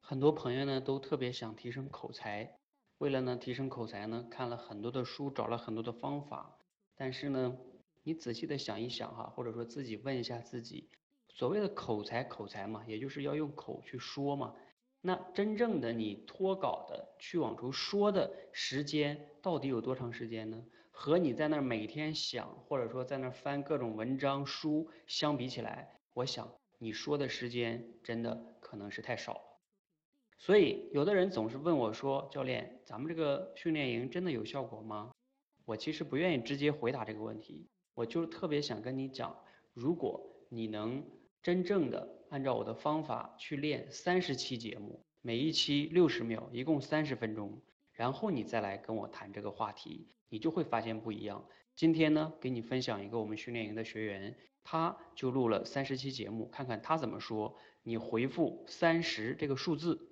很多朋友呢都特别想提升口才，为了呢提升口才呢，看了很多的书，找了很多的方法。但是呢，你仔细的想一想哈，或者说自己问一下自己，所谓的口才嘛，也就是要用口去说嘛。那真正的你脱稿的去往出说的时间到底有多长时间呢？和你在那儿每天想，或者说在那儿翻各种文章书相比起来，我想你说的时间真的可能是太少了。所以，有的人总是问我说：“教练，咱们这个训练营真的有效果吗？”我其实不愿意直接回答这个问题，我就是特别想跟你讲，如果你能真正的按照我的方法去练30期节目，每一期60秒，一共30分钟，然后你再来跟我谈这个话题，你就会发现不一样。今天呢，给你分享一个我们训练营的学员，他就录了30期节目，看看他怎么说。你回复30这个数字，